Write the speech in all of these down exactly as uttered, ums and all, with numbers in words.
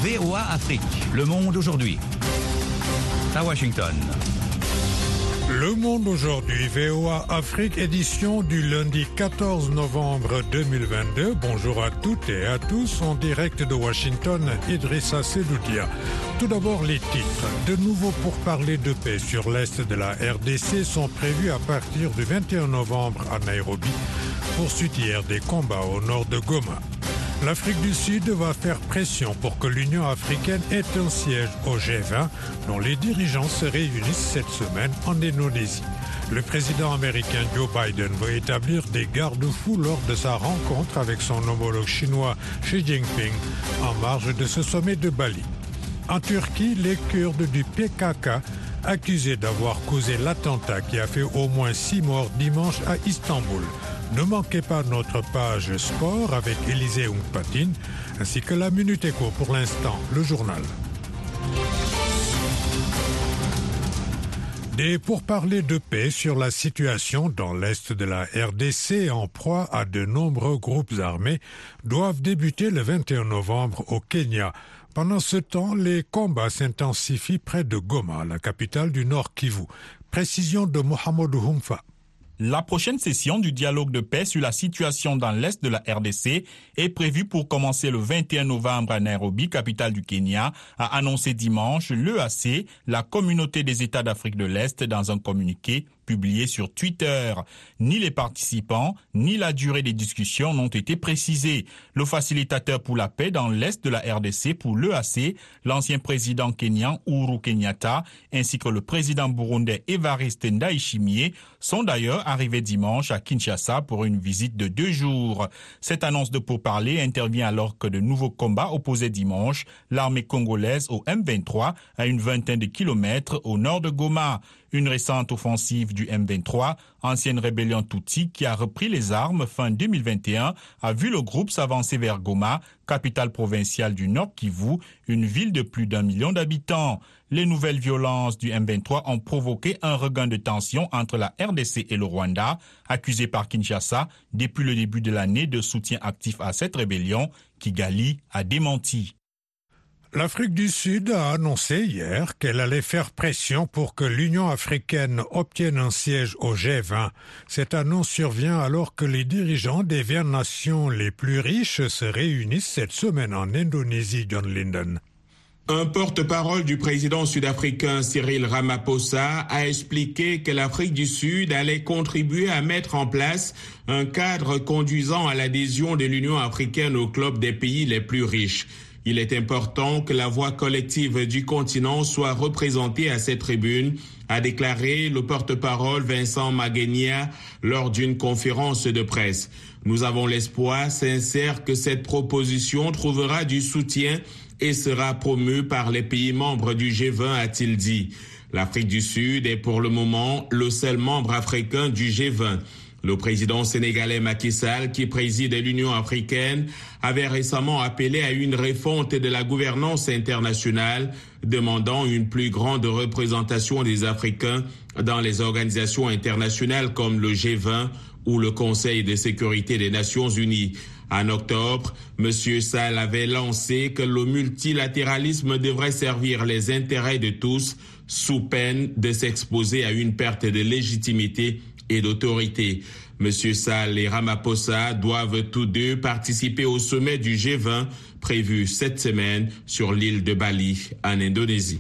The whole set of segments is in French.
V O A Afrique, Le Monde aujourd'hui. À Washington. Le Monde aujourd'hui, V O A Afrique, édition du lundi quatorze novembre deux mille vingt-deux. Bonjour à toutes et à tous, en direct de Washington, Idrissa Sedoudia. Tout d'abord, les titres. De nouveaux pourparlers de paix sur l'est de la R D C sont prévus à partir du vingt et un novembre à Nairobi. Poursuite hier des combats au nord de Goma. L'Afrique du Sud va faire pression pour que l'Union africaine ait un siège au G vingt, dont les dirigeants se réunissent cette semaine en Indonésie. Le président américain Joe Biden veut établir des garde-fous lors de sa rencontre avec son homologue chinois Xi Jinping en marge de ce sommet de Bali. En Turquie, les Kurdes du P K K, accusés d'avoir causé l'attentat qui a fait au moins six morts dimanche à Istanbul. Ne manquez pas notre page sport avec Élisée Oungpatine, ainsi que la Minute Éco pour l'instant, le journal. Des pourparlers de paix sur la situation dans l'est de la R D C en proie à de nombreux groupes armés doivent débuter le vingt et un novembre au Kenya. Pendant ce temps, les combats s'intensifient près de Goma, la capitale du Nord Kivu. Précision de Mohamedou Humfa. La prochaine session du dialogue de paix sur la situation dans l'est de la R D C est prévue pour commencer le vingt et un novembre à Nairobi, capitale du Kenya, a annoncé dimanche l'E A C, la communauté des États d'Afrique de l'Est, dans un communiqué publié sur Twitter. Ni les participants, ni la durée des discussions n'ont été précisés. Le facilitateur pour la paix dans l'est de la R D C pour l'E A C, l'ancien président kenyan Uhuru Kenyatta, ainsi que le président burundais Evariste Ndayishimiye, sont d'ailleurs arrivés dimanche à Kinshasa pour une visite de deux jours. Cette annonce de pourparlers intervient alors que de nouveaux combats opposaient dimanche l'armée congolaise au M vingt-trois à une vingtaine de kilomètres au nord de Goma. Une récente offensive du M vingt-trois, ancienne rébellion Tutsi qui a repris les armes fin deux mille vingt et un, a vu le groupe s'avancer vers Goma, capitale provinciale du Nord Kivu, une ville de plus d'un million d'habitants. Les nouvelles violences du M vingt-trois ont provoqué un regain de tension entre la R D C et le Rwanda, accusé par Kinshasa depuis le début de l'année de soutien actif à cette rébellion, Kigali a démenti. L'Afrique du Sud a annoncé hier qu'elle allait faire pression pour que l'Union africaine obtienne un siège au G vingt. Cette annonce survient alors que les dirigeants des vingt nations les plus riches se réunissent cette semaine en Indonésie, John Linden. Un porte-parole du président sud-africain Cyril Ramaphosa a expliqué que l'Afrique du Sud allait contribuer à mettre en place un cadre conduisant à l'adhésion de l'Union africaine au club des pays les plus riches. Il est important que la voix collective du continent soit représentée à cette tribune, a déclaré le porte-parole Vincent Magenia lors d'une conférence de presse. Nous avons l'espoir sincère que cette proposition trouvera du soutien et sera promue par les pays membres du G vingt, a-t-il dit. L'Afrique du Sud est pour le moment le seul membre africain du G vingt. Le président sénégalais Macky Sall, qui préside l'Union africaine, avait récemment appelé à une refonte de la gouvernance internationale, demandant une plus grande représentation des Africains dans les organisations internationales comme le G vingt ou le Conseil de sécurité des Nations Unies. En octobre, M. Sall avait lancé que le multilatéralisme devrait servir les intérêts de tous, sous peine de s'exposer à une perte de légitimité et d'autorité. M. Sall et Ramaphosa doivent tous deux participer au sommet du G vingt prévu cette semaine sur l'île de Bali, en Indonésie.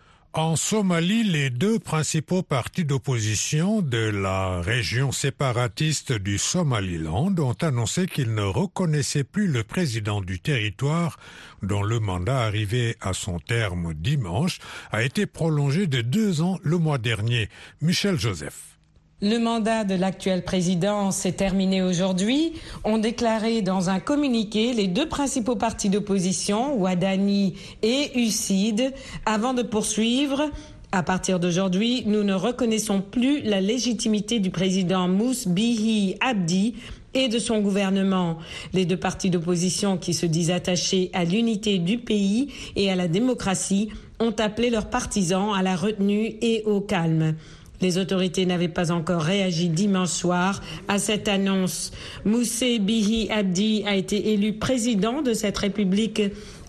En Somalie, les deux principaux partis d'opposition de la région séparatiste du Somaliland ont annoncé qu'ils ne reconnaissaient plus le président du territoire, dont le mandat arrivé à son terme dimanche a été prolongé de deux ans le mois dernier. Michel Joseph. Le mandat de l'actuel président s'est terminé aujourd'hui, ont déclaré dans un communiqué les deux principaux partis d'opposition, Wadani et U C I D, avant de poursuivre. À partir d'aujourd'hui, nous ne reconnaissons plus la légitimité du président Mouss Bihi Abdi et de son gouvernement. Les deux partis d'opposition qui se disent attachés à l'unité du pays et à la démocratie ont appelé leurs partisans à la retenue et au calme. Les autorités n'avaient pas encore réagi dimanche soir à cette annonce. Moussé Bihi Abdi a été élu président de cette république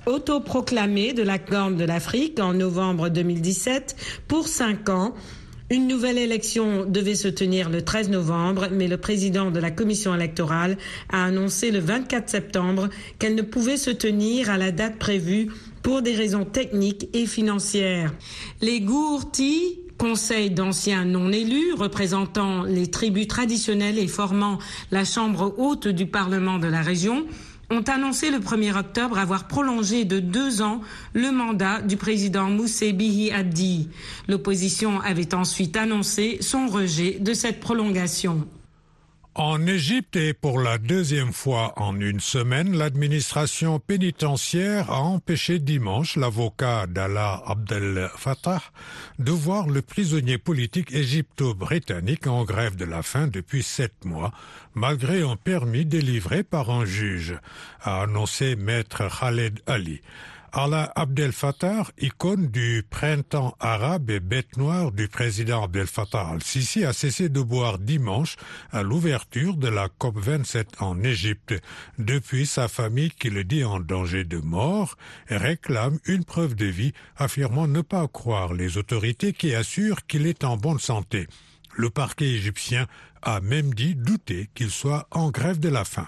autoproclamé de la Corne de l'Afrique en novembre deux mille dix-sept pour cinq ans. Une nouvelle élection devait se tenir le treize novembre, mais le président de la commission électorale a annoncé le vingt-quatre septembre qu'elle ne pouvait se tenir à la date prévue pour des raisons techniques et financières. Les Gourti, conseil d'anciens non élus représentant les tribus traditionnelles et formant la chambre haute du Parlement de la région, ont annoncé le premier octobre avoir prolongé de deux ans le mandat du président Moussé Bihi Abdi. L'opposition avait ensuite annoncé son rejet de cette prolongation. En Égypte et pour la deuxième fois en une semaine, l'administration pénitentiaire a empêché dimanche l'avocat d'Allah Abdel Fattah de voir le prisonnier politique égypto-britannique en grève de la faim depuis sept mois, malgré un permis délivré par un juge, a annoncé maître Khaled Ali. Allah Abdel Fattah, icône du printemps arabe et bête noire du président Abdel Fattah al-Sisi, a cessé de boire dimanche à l'ouverture de la COP vingt-sept en Égypte. Depuis, sa famille, qui le dit en danger de mort, réclame une preuve de vie, affirmant ne pas croire les autorités qui assurent qu'il est en bonne santé. Le parquet égyptien a même dit douter qu'il soit en grève de la faim.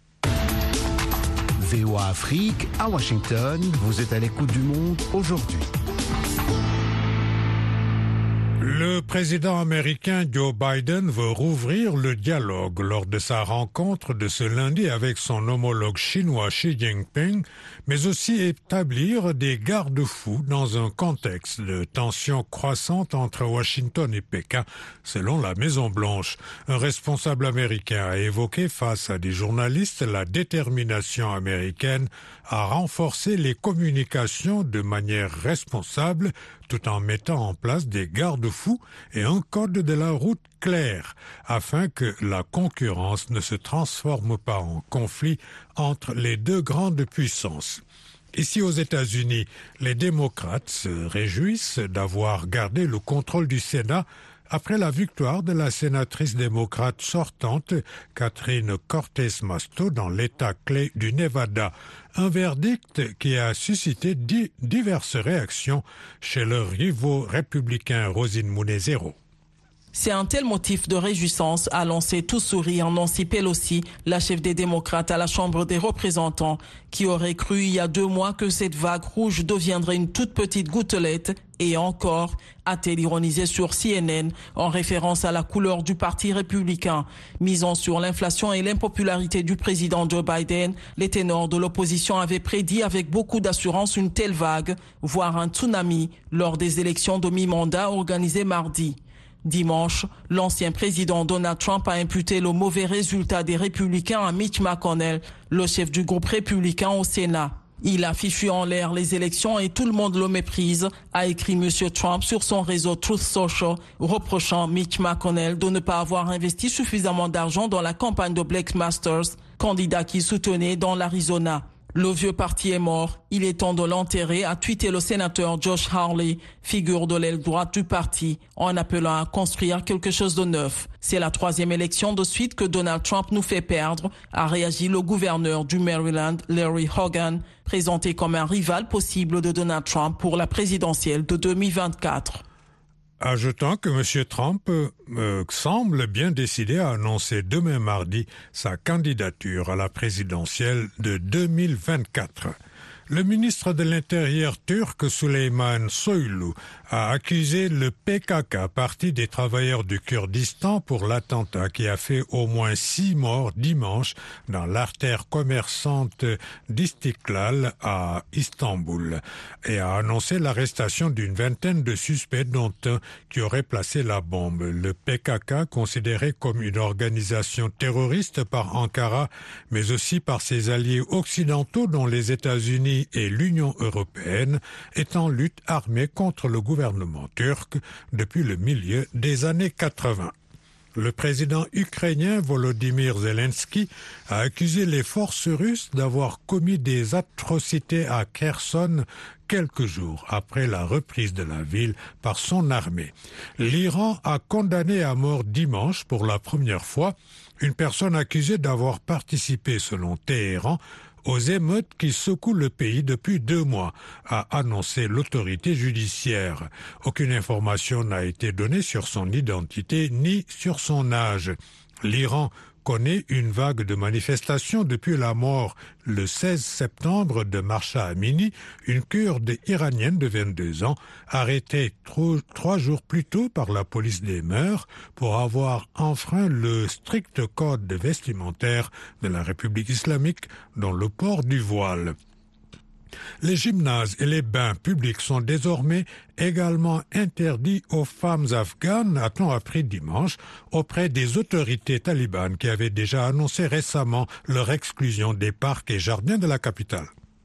V O A Afrique, à Washington, vous êtes à l'écoute du monde aujourd'hui. Le président américain Joe Biden veut rouvrir le dialogue lors de sa rencontre de ce lundi avec son homologue chinois Xi Jinping, mais aussi établir des garde-fous dans un contexte de tensions croissantes entre Washington et Pékin, selon la Maison-Blanche. Un responsable américain a évoqué face à des journalistes la détermination américaine à renforcer les communications de manière responsable tout en mettant en place des garde-fous et un code de la route clair afin que la concurrence ne se transforme pas en conflit entre les deux grandes puissances. Ici aux États-Unis, les démocrates se réjouissent d'avoir gardé le contrôle du Sénat après la victoire de la sénatrice démocrate sortante Catherine Cortez Masto dans l'État clé du Nevada. Un verdict qui a suscité di- diverses réactions chez leurs rivaux républicains Rosine Munezero. C'est un tel motif de réjouissance, a lancé tout sourire Nancy Pelosi, la chef des démocrates à la Chambre des représentants, qui aurait cru il y a deux mois que cette vague rouge deviendrait une toute petite gouttelette. Et encore, a-t-elle ironisé sur C N N en référence à la couleur du parti républicain. Misant sur l'inflation et l'impopularité du président Joe Biden, les ténors de l'opposition avaient prédit avec beaucoup d'assurance une telle vague, voire un tsunami, lors des élections de mi-mandat organisées mardi. Dimanche, l'ancien président Donald Trump a imputé le mauvais résultat des républicains à Mitch McConnell, le chef du groupe républicain au Sénat. Il a fichu en l'air les élections et tout le monde le méprise, a écrit M. Trump sur son réseau Truth Social, reprochant Mitch McConnell de ne pas avoir investi suffisamment d'argent dans la campagne de Blake Masters, candidat qu'il soutenait dans l'Arizona. Le vieux parti est mort, il est temps de l'enterrer, a tweeté le sénateur Josh Hawley, figure de l'aile droite du parti, en appelant à construire quelque chose de neuf. C'est la troisième élection de suite que Donald Trump nous fait perdre, a réagi le gouverneur du Maryland, Larry Hogan, présenté comme un rival possible de Donald Trump pour la présidentielle de deux mille vingt-quatre. Ajoutant que M. Trump euh, semble bien décidé à annoncer demain mardi sa candidature à la présidentielle de deux mille vingt-quatre. Le ministre de l'Intérieur turc Süleyman Soylu a accusé le P K K, parti des travailleurs du Kurdistan, pour l'attentat qui a fait au moins six morts dimanche dans l'artère commerçante d'Istiklal à Istanbul et a annoncé l'arrestation d'une vingtaine de suspects dont un qui aurait placé la bombe. Le P K K, considéré comme une organisation terroriste par Ankara, mais aussi par ses alliés occidentaux dont les États-Unis et l'Union européenne, est en lutte armée contre le gouvernement turc depuis le milieu des années quatre-vingt. Le président ukrainien Volodymyr Zelensky a accusé les forces russes d'avoir commis des atrocités à Kherson quelques jours après la reprise de la ville par son armée. L'Iran a condamné à mort dimanche pour la première fois une personne accusée d'avoir participé, selon Téhéran, aux émeutes qui secouent le pays depuis deux mois, a annoncé l'autorité judiciaire. Aucune information n'a été donnée sur son identité ni sur son âge. L'Iran connaît une vague de manifestations depuis la mort le seize septembre de Mahsa Amini, une Kurde iranienne de vingt-deux ans, arrêtée tro- trois jours plus tôt par la police des mœurs pour avoir enfreint le strict code vestimentaire de la République islamique dans le port du voile. Les gymnases et les bains publics sont désormais également interdits aux femmes afghanes, a-t-on appris dimanche, auprès des autorités talibanes qui avaient déjà annoncé récemment leur exclusion des parcs et jardins de la capitale.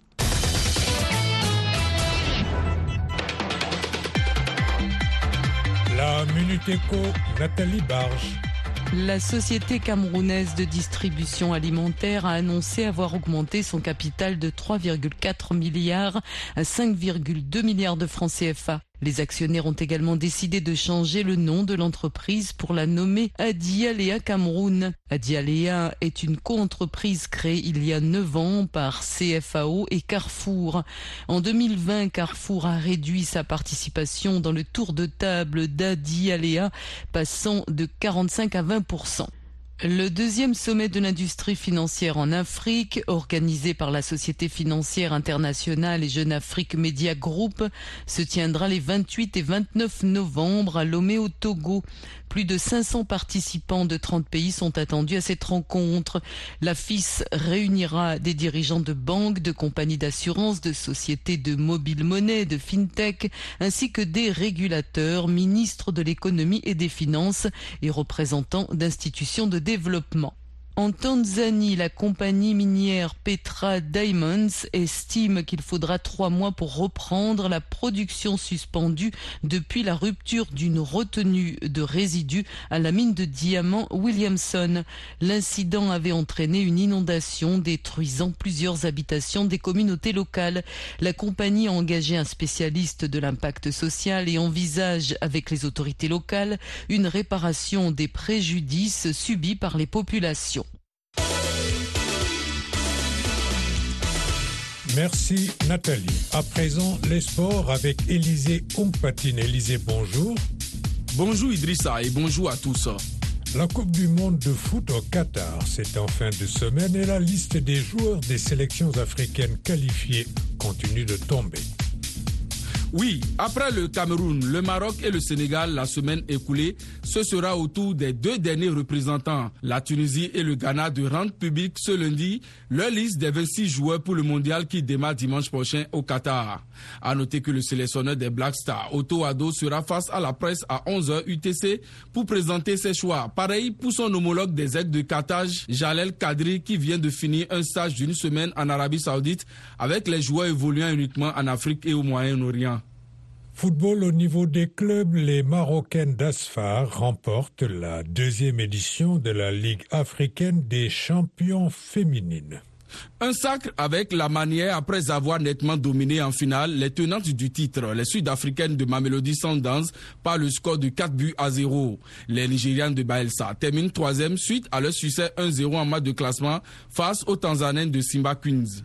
La Minute Éco, Nathalie Barge. La société camerounaise de distribution alimentaire a annoncé avoir augmenté son capital de trois virgule quatre milliards à cinq virgule deux milliards de francs C F A. Les actionnaires ont également décidé de changer le nom de l'entreprise pour la nommer Adialea Cameroun. Adialea est une co-entreprise créée il y a neuf ans par C F A O et Carrefour. En deux mille vingt, Carrefour a réduit sa participation dans le tour de table d'Adialea, passant de quarante-cinq à vingt pour cent. Le deuxième sommet de l'industrie financière en Afrique, organisé par la Société financière internationale et Jeune Afrique Media Group, se tiendra les vingt-huit et vingt-neuf novembre à Lomé au Togo. Plus de cinq cents participants de trente pays sont attendus à cette rencontre. La F I S réunira des dirigeants de banques, de compagnies d'assurance, de sociétés de mobile monnaie, de fintech, ainsi que des régulateurs, ministres de l'économie et des finances et représentants d'institutions de développement. En Tanzanie, la compagnie minière Petra Diamonds estime qu'il faudra trois mois pour reprendre la production suspendue depuis la rupture d'une retenue de résidus à la mine de diamants Williamson. L'incident avait entraîné une inondation détruisant plusieurs habitations des communautés locales. La compagnie a engagé un spécialiste de l'impact social et envisage avec les autorités locales une réparation des préjudices subis par les populations. Merci Nathalie. À présent, les sports avec Élisée Ompatine. Élisée, bonjour. Bonjour Idrissa et bonjour à tous. La Coupe du monde de foot au Qatar, c'est en fin de semaine et la liste des joueurs des sélections africaines qualifiées continue de tomber. Oui, après le Cameroun, le Maroc et le Sénégal la semaine écoulée, ce sera au tour des deux derniers représentants, la Tunisie et le Ghana, de rendre public ce lundi leur liste des vingt-six joueurs pour le mondial qui démarre dimanche prochain au Qatar. À noter que le sélectionneur des Black Stars, Otto Addo, sera face à la presse à onze heures U T C pour présenter ses choix. Pareil pour son homologue des Aigles de Carthage, Jalel Kadri, qui vient de finir un stage d'une semaine en Arabie Saoudite avec les joueurs évoluant uniquement en Afrique et au Moyen-Orient. Football au niveau des clubs, les Marocaines d'Asfar remportent la deuxième édition de la Ligue africaine des champions féminines. Un sacre avec la manière après avoir nettement dominé en finale les tenantes du titre, les Sud-Africaines de Mamelodi Sundowns, par le score de quatre buts à zéro. Les Nigérianes de Bayelsa terminent troisième suite à leur succès un zéro en match de classement face aux Tanzaniennes de Simba Queens.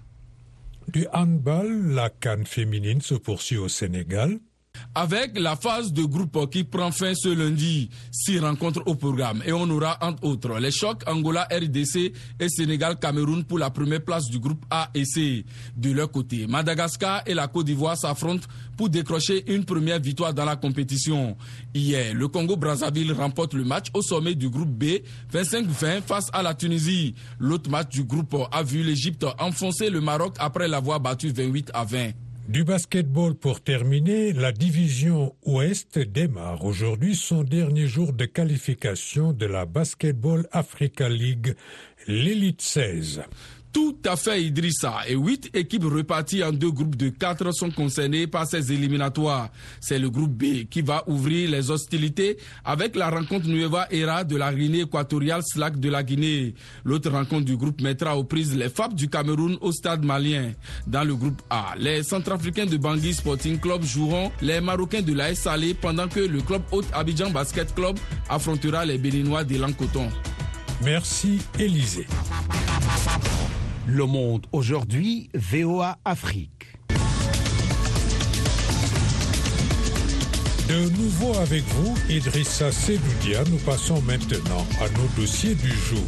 Du handball, la CAN féminine se poursuit au Sénégal. Avec la phase de groupe qui prend fin ce lundi, six rencontres au programme et on aura entre autres les chocs Angola R D C et Sénégal-Cameroun pour la première place du groupe A et C. De leur côté, Madagascar et la Côte d'Ivoire s'affrontent pour décrocher une première victoire dans la compétition. Hier, le Congo-Brazzaville remporte le match au sommet du groupe B, vingt-cinq vingt face à la Tunisie. L'autre match du groupe a vu l'Égypte enfoncer le Maroc après l'avoir battu vingt-huit à vingt. Du basketball pour terminer, la division Ouest démarre aujourd'hui son dernier jour de qualification de la Basketball Africa League, l'Elite seize. Tout à fait Idrissa, et huit équipes reparties en deux groupes de quatre sont concernées par ces éliminatoires. C'est le groupe B qui va ouvrir les hostilités avec la rencontre Nueva Era de la Guinée équatoriale Slack de la Guinée. L'autre rencontre du groupe mettra aux prises les F A P du Cameroun au stade malien. Dans le groupe A, les Centrafricains de Bangui Sporting Club joueront les Marocains de l'A S Salé pendant que le club Haute Abidjan Basket Club affrontera les Béninois d'Elan Coton. Merci Élisée. Le Monde aujourd'hui, V O A Afrique. De nouveau avec vous, Idrissa Sedoudia, nous passons maintenant à nos dossiers du jour.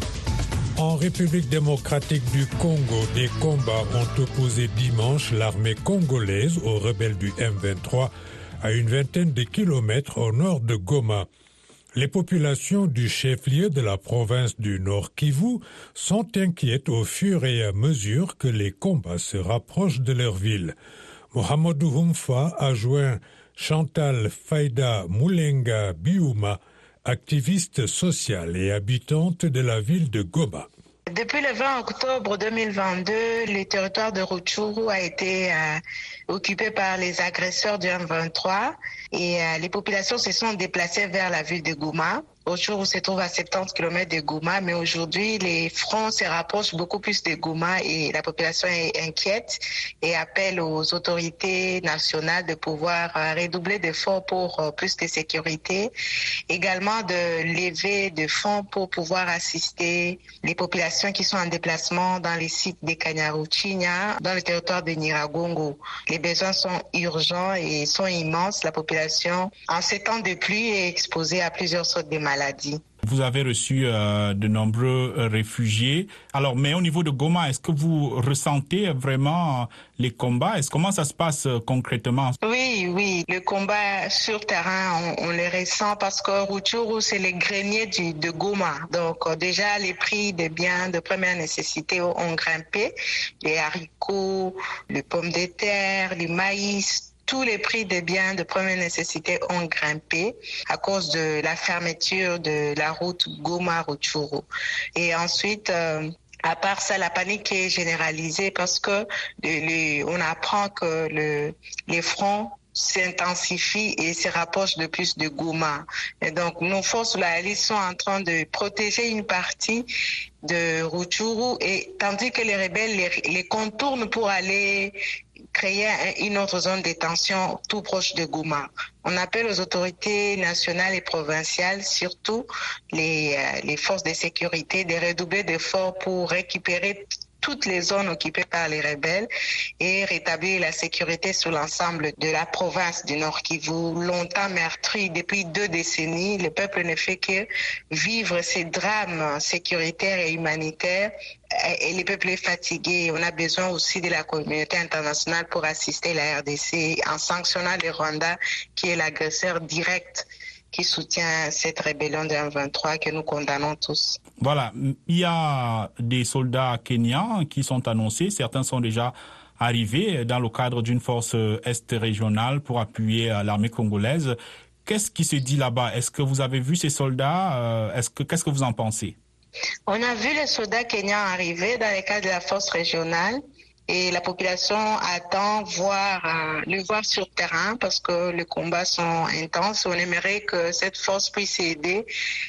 En République démocratique du Congo, des combats ont opposé dimanche l'armée congolaise aux rebelles du M vingt-trois à une vingtaine de kilomètres au nord de Goma. Les populations du chef-lieu de la province du Nord Kivu sont inquiètes au fur et à mesure que les combats se rapprochent de leur ville. Mohamedou Humfa a joint Chantal Faïda Moulenga Biouma, activiste sociale et habitante de la ville de Goma. Depuis le vingt octobre deux mille vingt-deux, le territoire de Rutshuru a été euh, occupé par les agresseurs du M vingt-trois et euh, les populations se sont déplacées vers la ville de Goma. Rutshuru se trouve à soixante-dix kilomètres de Goma, mais aujourd'hui, les fronts se rapprochent beaucoup plus de Goma et la population est inquiète et appelle aux autorités nationales de pouvoir redoubler d'efforts pour plus de sécurité. Également de lever des fonds pour pouvoir assister les populations qui sont en déplacement dans les sites de Kanyaruchinya, dans le territoire de Nyiragongo. Les besoins sont urgents et sont immenses. La population, en ces temps de pluie, est exposée à plusieurs sortes de maladies. Maladie. Vous avez reçu euh, de nombreux euh, réfugiés. Alors, mais au niveau de Goma, est-ce que vous ressentez vraiment euh, les combats? Est-ce comment ça se passe euh, concrètement? Oui, oui. Le combat sur terrain, on, on le ressent parce que Rutshuru, c'est les greniers du, de Goma. Donc, euh, déjà, les prix des biens de première nécessité ont grimpé. Les haricots, les pommes de terre, les maïs, tous les prix des biens de première nécessité ont grimpé à cause de la fermeture de la route Goma-Rutshuru. Et ensuite, euh, à part ça, la panique est généralisée parce que le, le, on apprend que le, les fronts s'intensifient et se rapprochent de plus de Goma. Et donc, nos forces loyalistes sont en train de protéger une partie de Rutshuru, et tandis que les rebelles les, les contournent pour aller créer une autre zone de tension tout proche de Goma. On appelle aux autorités nationales et provinciales, surtout les, les forces de sécurité, de redoubler d'efforts pour récupérer toutes les zones occupées par les rebelles et rétablir la sécurité sur l'ensemble de la province du Nord Kivu. Longtemps meurtri depuis deux décennies, le peuple ne fait que vivre ces drames sécuritaires et humanitaires. Et le peuple est fatigué. On a besoin aussi de la communauté internationale pour assister la R D C en sanctionnant le Rwanda, qui est l'agresseur direct qui soutient cette rébellion de M vingt-trois que nous condamnons tous. Voilà, il y a des soldats kenyans qui sont annoncés. Certains sont déjà arrivés dans le cadre d'une force est régionale pour appuyer l'armée congolaise. Qu'est-ce qui se dit là-bas? Est-ce que vous avez vu ces soldats? Est-ce que, qu'est-ce que vous en pensez? On a vu les soldats kenyans arriver dans le cadre de la force régionale. Et la population attend voir, euh, le voir sur terrain parce que les combats sont intenses. On aimerait que cette force puisse aider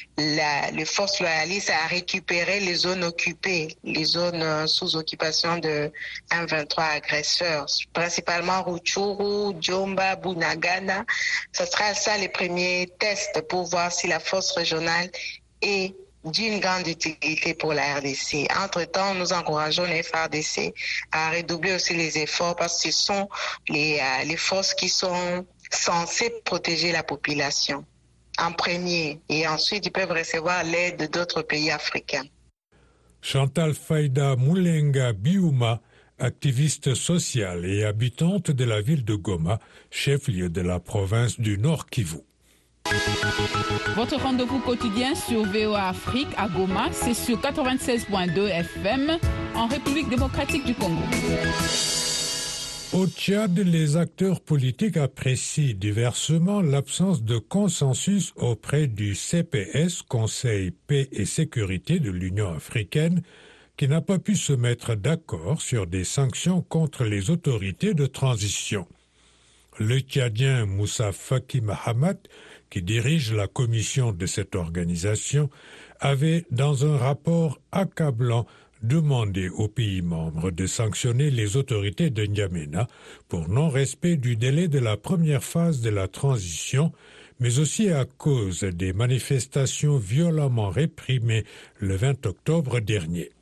la, les forces loyalistes à récupérer les zones occupées, les zones euh, sous occupation de M vingt-trois agresseurs, principalement Rutshuru, Djomba, Bunagana. Ce sera ça les premiers tests pour voir si la force régionale est d'une grande utilité pour la R D C. Entre-temps, nous encourageons les F A R D C à redoubler aussi les efforts parce que ce sont les, euh, les forces qui sont censées protéger la population en premier et ensuite ils peuvent recevoir l'aide d'autres pays africains. Chantal Faïda Moulenga Biouma, activiste sociale et habitante de la ville de Goma, chef-lieu de la province du Nord Kivu. Votre rendez-vous quotidien sur V O A Afrique à Goma, c'est sur quatre-vingt-seize point deux F M en République démocratique du Congo. Au Tchad, les acteurs politiques apprécient diversement l'absence de consensus auprès du C P S, Conseil Paix et Sécurité de l'Union africaine, qui n'a pas pu se mettre d'accord sur des sanctions contre les autorités de transition. Le Tchadien Moussa Faki Mahamat, qui dirige la commission de cette organisation, avait, dans un rapport accablant, demandé aux pays membres de sanctionner les autorités de N'Djamena pour non-respect du délai de la première phase de la transition, mais aussi à cause des manifestations violemment réprimées le vingt octobre dernier.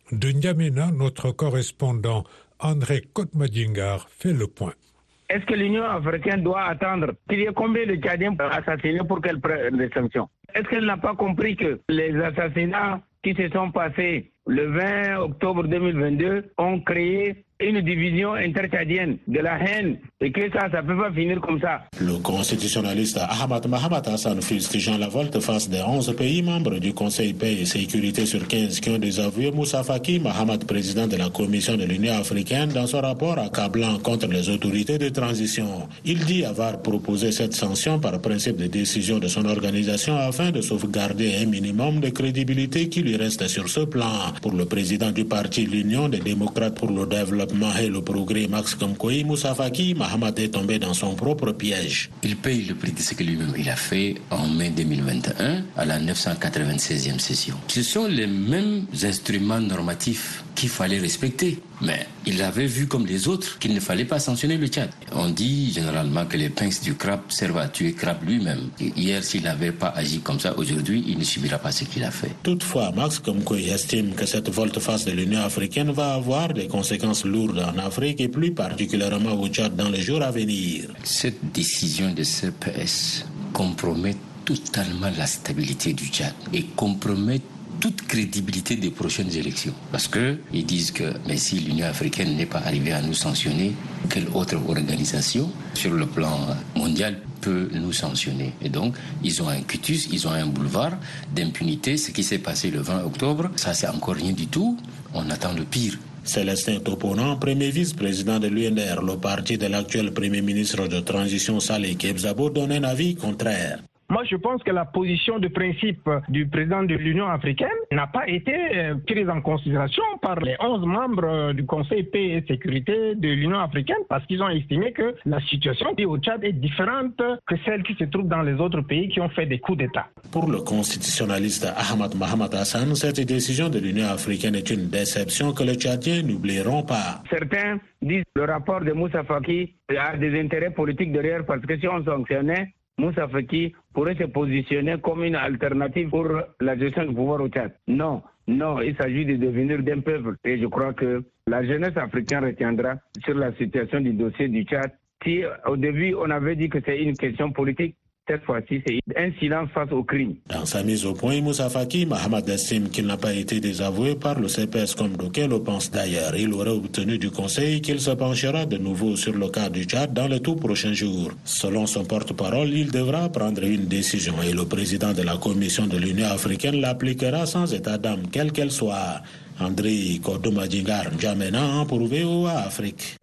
De N'Djamena, notre correspondant André Kotmadingar fait le point. Est-ce que l'Union africaine doit attendre qu'il y ait combien de Tchadiens assassinés pour qu'elle prenne des sanctions? Est-ce qu'elle n'a pas compris que les assassinats qui se sont passés le vingt octobre deux mille vingt-deux ont créé une division intertchadienne, de la haine, et que ça, ça ne peut pas finir comme ça. Le constitutionnaliste Ahmad Mahamat Hassan fustigeant la volte-face des onze pays membres du Conseil paix et sécurité sur quinze qui ont désavoué Moussa Faki Mahamat, président de la Commission de l'Union africaine, dans son rapport accablant contre les autorités de transition. Il dit avoir proposé cette sanction par principe de décision de son organisation afin de sauvegarder un minimum de crédibilité qui lui reste sur ce plan. Pour le président du parti L'Union des démocrates pour le développement et le progrès, Max Kamkoï, Moussa Faki Mahamat est tombé dans son propre piège. Il paye le prix de ce que lui-même il a fait en mai deux mille vingt et un à la neuf cent quatre-vingt-seizième session. Ce sont les mêmes instruments normatifs qu'il fallait respecter. Mais il avait vu comme les autres qu'il ne fallait pas sanctionner le Tchad. On dit généralement que les pinces du crabe servent à tuer crabe lui-même. Et hier, s'il n'avait pas agi comme ça, aujourd'hui, il ne subira pas ce qu'il a fait. Toutefois, Max Kamkoï estime que cette volte-face de l'Union africaine va avoir des conséquences lourdes en Afrique et plus particulièrement au Tchad dans les jours à venir. Cette décision de C P S compromet totalement la stabilité du Tchad et compromet toute crédibilité des prochaines élections. Parce qu'ils disent que mais si l'Union africaine n'est pas arrivée à nous sanctionner, quelle autre organisation sur le plan mondial peut nous sanctionner? Et donc, ils ont un quitus, ils ont un boulevard d'impunité. Ce qui s'est passé le vingt octobre, ça c'est encore rien du tout. On attend le pire. Célestin Toponan, premier vice-président de l'U N R, le parti de l'actuel premier ministre de transition Saleh Kebzabo, donne un avis contraire. Moi, je pense que la position de principe du président de l'Union africaine n'a pas été prise en considération par les onze membres du Conseil paix et sécurité de l'Union africaine parce qu'ils ont estimé que la situation au Tchad est différente que celle qui se trouve dans les autres pays qui ont fait des coups d'État. Pour le constitutionnaliste Ahmad Mahamat Hassan, cette décision de l'Union africaine est une déception que les Tchadiens n'oublieront pas. Certains disent que le rapport de Moussa Faki a des intérêts politiques derrière parce que si on sanctionnait, Moussa Faki pourrait se positionner comme une alternative pour la gestion du pouvoir au Tchad. Non, non, il s'agit de devenir d'un peuple. Et je crois que la jeunesse africaine retiendra sur la situation du dossier du Tchad. Si au début on avait dit que c'est une question politique, cette fois-ci, c'est un silence face au crime. Dans sa mise au point, Moussa Faki Mahamat estime qu'il n'a pas été désavoué par le C P S comme d'aucuns le pensent d'ailleurs. Il aurait obtenu du Conseil qu'il se penchera de nouveau sur le cas du Tchad dans les tout prochains jours. Selon son porte-parole, il devra prendre une décision et le président de la Commission de l'Union africaine l'appliquera sans état d'âme, quelle qu'elle soit. André Kodomadingar N'Djamena pour V O A Afrique.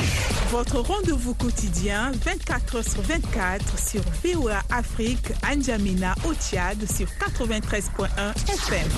Votre rendez-vous quotidien vingt-quatre heures sur vingt-quatre sur V O A Afrique, N'Djamena au Tchad sur quatre-vingt-treize point un F M.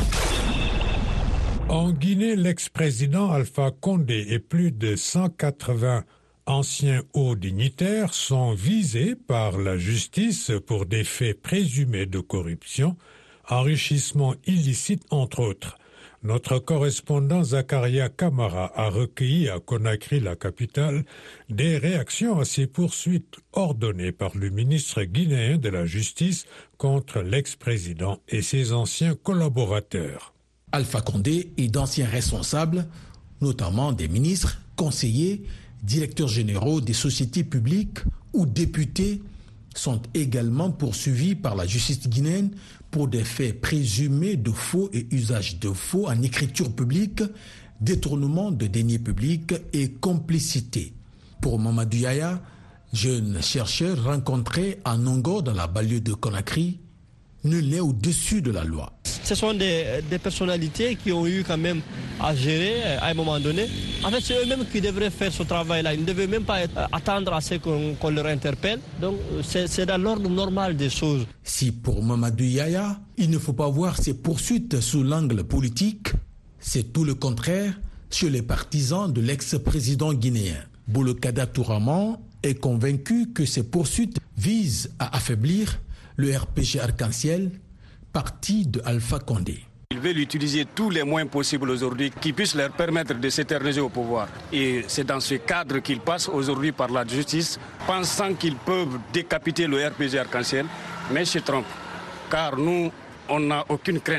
En Guinée, l'ex-président Alpha Condé et plus de cent quatre-vingts anciens hauts dignitaires sont visés par la justice pour des faits présumés de corruption, enrichissement illicite entre autres. Notre correspondant Zakaria Kamara a recueilli à Conakry, la capitale, des réactions à ces poursuites ordonnées par le ministre guinéen de la Justice contre l'ex-président et ses anciens collaborateurs. Alpha Condé et d'anciens responsables, notamment des ministres, conseillers, directeurs généraux des sociétés publiques ou députés, sont également poursuivis par la justice guinéenne pour des faits présumés de faux et usage de faux en écriture publique, détournement de deniers publics et complicité. Pour Mamadou Yaya, jeune chercheur rencontré à Nongo dans la banlieue de Conakry, nul n'est au-dessus de la loi. Ce sont des, des personnalités qui ont eu quand même à gérer à un moment donné. En fait, c'est eux-mêmes qui devraient faire ce travail-là. Ils ne devaient même pas être, attendre à ce qu'on, qu'on leur interpelle. Donc, c'est, c'est dans l'ordre normal des choses. Si pour Mamadou Yaya, il ne faut pas voir ces poursuites sous l'angle politique, c'est tout le contraire chez les partisans de l'ex-président guinéen. Boubacar Touraman est convaincu que ces poursuites visent à affaiblir le R P G Arc-en-Ciel, parti de Alpha Condé. Ils veulent utiliser tous les moyens possibles aujourd'hui qui puissent leur permettre de s'éterniser au pouvoir. Et c'est dans ce cadre qu'ils passent aujourd'hui par la justice, pensant qu'ils peuvent décapiter le R P G Arc-en-Ciel, mais se trompent. Car nous, on n'a aucune crainte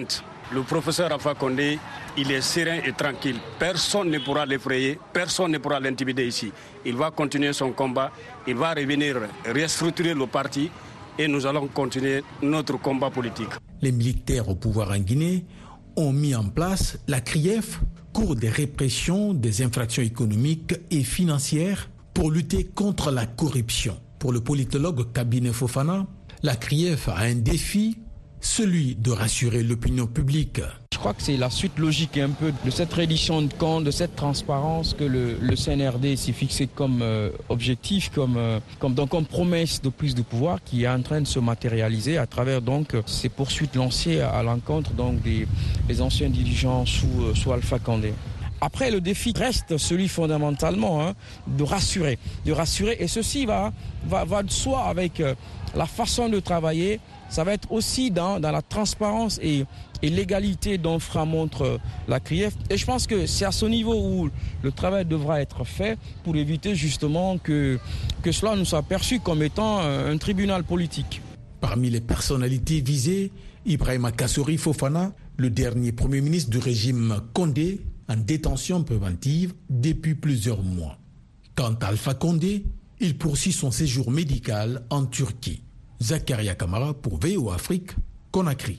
Le professeur Alpha Condé, il est serein et tranquille. Personne ne pourra l'effrayer, personne ne pourra l'intimider ici. Il va continuer son combat, il va revenir restructurer le parti et nous allons continuer notre combat politique. Les militaires au pouvoir en Guinée ont mis en place la C R I E F, Cour des répressions des infractions économiques et financières, pour lutter contre la corruption. Pour le politologue Kabine Fofana, la C R I E F a un défi, celui de rassurer l'opinion publique. Je crois que c'est la suite logique un peu de cette reddition de comptes, de cette transparence que le, le C N R D s'est fixé comme euh, objectif, comme, euh, comme, donc, comme promesse de plus de pouvoir qui est en train de se matérialiser à travers donc, ces poursuites lancées à l'encontre donc, des, des anciens dirigeants sous, euh, sous Alpha Condé. Après, le défi reste celui fondamentalement hein, de rassurer, de rassurer, et ceci va, va, va de soi avec euh, la façon de travailler. Ça va être aussi dans, dans la transparence et, et l'égalité dont fera montre la C R I E F. Et je pense que c'est à ce niveau où le travail devra être fait pour éviter justement que, que cela nous soit perçu comme étant un, un tribunal politique. Parmi les personnalités visées, Ibrahima Kassori Fofana, le dernier premier ministre du régime Condé, en détention préventive depuis plusieurs mois. Quant à Alpha Condé, il poursuit son séjour médical en Turquie. Zakaria Kamara pour V O Afrique, Conakry.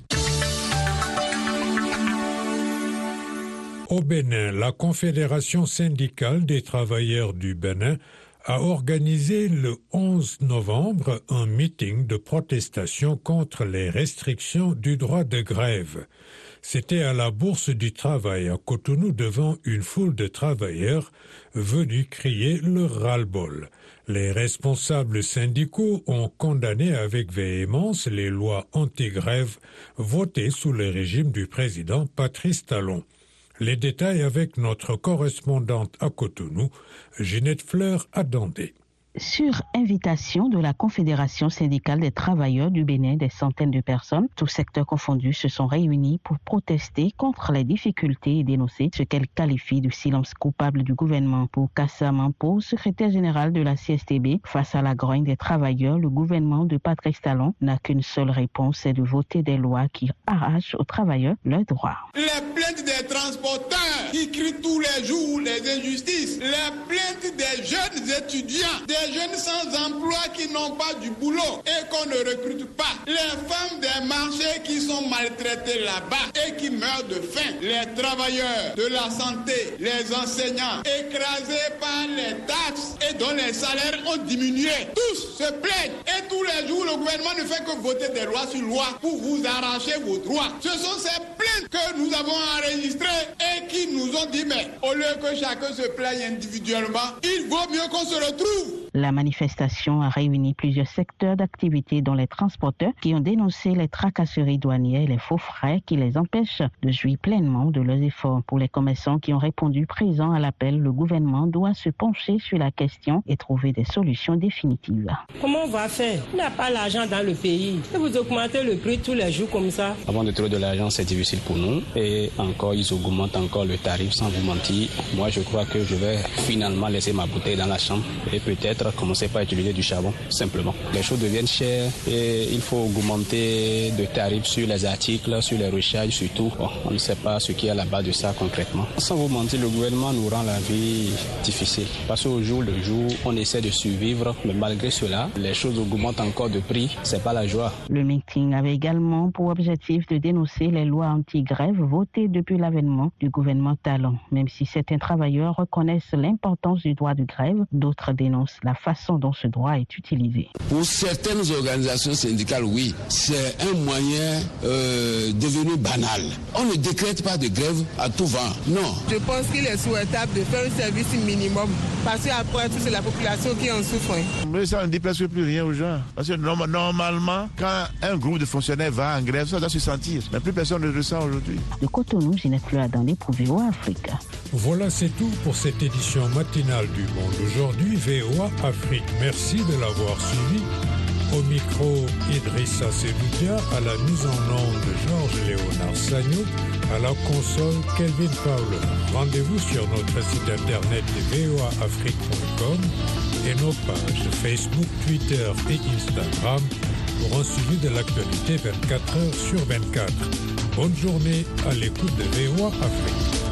Au Bénin, la Confédération syndicale des travailleurs du Bénin a organisé le onze novembre un meeting de protestation contre les restrictions du droit de grève. C'était à la Bourse du Travail à Cotonou devant une foule de travailleurs venus crier leur ras-le-bol. Les responsables syndicaux ont condamné avec véhémence les lois anti-grève votées sous le régime du président Patrice Talon. Les détails avec notre correspondante à Cotonou, Ginette Fleur-Adandé. Sur invitation de la Confédération syndicale des travailleurs du Bénin, des centaines de personnes, tous secteurs confondus, se sont réunis pour protester contre les difficultés et dénoncer ce qu'elles qualifient de silence coupable du gouvernement. Pour Kassa Mampo, secrétaire général de la C S T B, face à la grogne des travailleurs, le gouvernement de Patrice Talon n'a qu'une seule réponse, c'est de voter des lois qui arrachent aux travailleurs leurs droits. Les plaintes des transporteurs qui crient tous les jours les injustices, les plaintes des jeunes étudiants, des jeunes sans emploi qui n'ont pas du boulot et qu'on ne recrute pas. Les femmes des marchés qui sont maltraitées là-bas et qui meurent de faim. Les travailleurs de la santé, les enseignants écrasés par les taxes et dont les salaires ont diminué. Tous se plaignent et tous les jours le gouvernement ne fait que voter des lois sur loi pour vous arracher vos droits. Ce sont ces plaintes que nous avons enregistrées et qui nous ont dit mais au lieu que chacun se plaigne individuellement, il vaut mieux qu'on se retrouve. La manifestation a réuni plusieurs secteurs d'activité dont les transporteurs qui ont dénoncé les tracasseries douanières et les faux frais qui les empêchent de jouir pleinement de leurs efforts. Pour les commerçants qui ont répondu présents à l'appel, le gouvernement doit se pencher sur la question et trouver des solutions définitives. Comment on va faire? Il n'y a pas l'argent dans le pays. Et vous augmentez le prix tous les jours comme ça. Avant de trouver de l'argent, c'est difficile pour nous. Et encore, ils augmentent encore le tarif sans vous mentir. Moi, je crois que je vais finalement laisser ma bouteille dans la chambre et peut-être commencer par utiliser du charbon, simplement. Les choses deviennent chères et il faut augmenter de tarifs sur les articles, sur les recharges surtout. Bon, on ne sait pas ce qui est à la base de ça concrètement. Sans vous mentir, le gouvernement nous rend la vie difficile. Parce qu'au jour le jour, on essaie de survivre, mais malgré cela, les choses augmentent encore de prix. C'est pas la joie. Le meeting avait également pour objectif de dénoncer les lois anti-grève votées depuis l'avènement du gouvernement Talon. Même si certains travailleurs reconnaissent l'importance du droit de grève, d'autres dénoncent la façon dont ce droit est utilisé. Pour certaines organisations syndicales, oui, c'est un moyen euh, devenu banal. On ne décrète pas de grève à tout vent, non. Je pense qu'il est souhaitable de faire un service minimum parce qu'après tout, c'est la population qui en souffre. Mais ça ne dit presque plus rien aux gens. Parce que normalement, quand un groupe de fonctionnaires va en grève, ça doit se sentir. Mais plus personne ne le ressent aujourd'hui. De Cotonou, Ginette Fleur-Adandé pour V O A Afrique. Voilà, c'est tout pour cette édition matinale du Monde aujourd'hui. V O A Afrique, merci de l'avoir suivi. Au micro, Idrissa Seloudia, à la mise en onde Georges-Léonard Sagnou, à la console Kelvin Fowler. Rendez-vous sur notre site internet v o a afrique point com et nos pages Facebook, Twitter et Instagram pour un suivi de l'actualité vingt-quatre heures sur vingt-quatre. Bonne journée à l'écoute de V O A Afrique.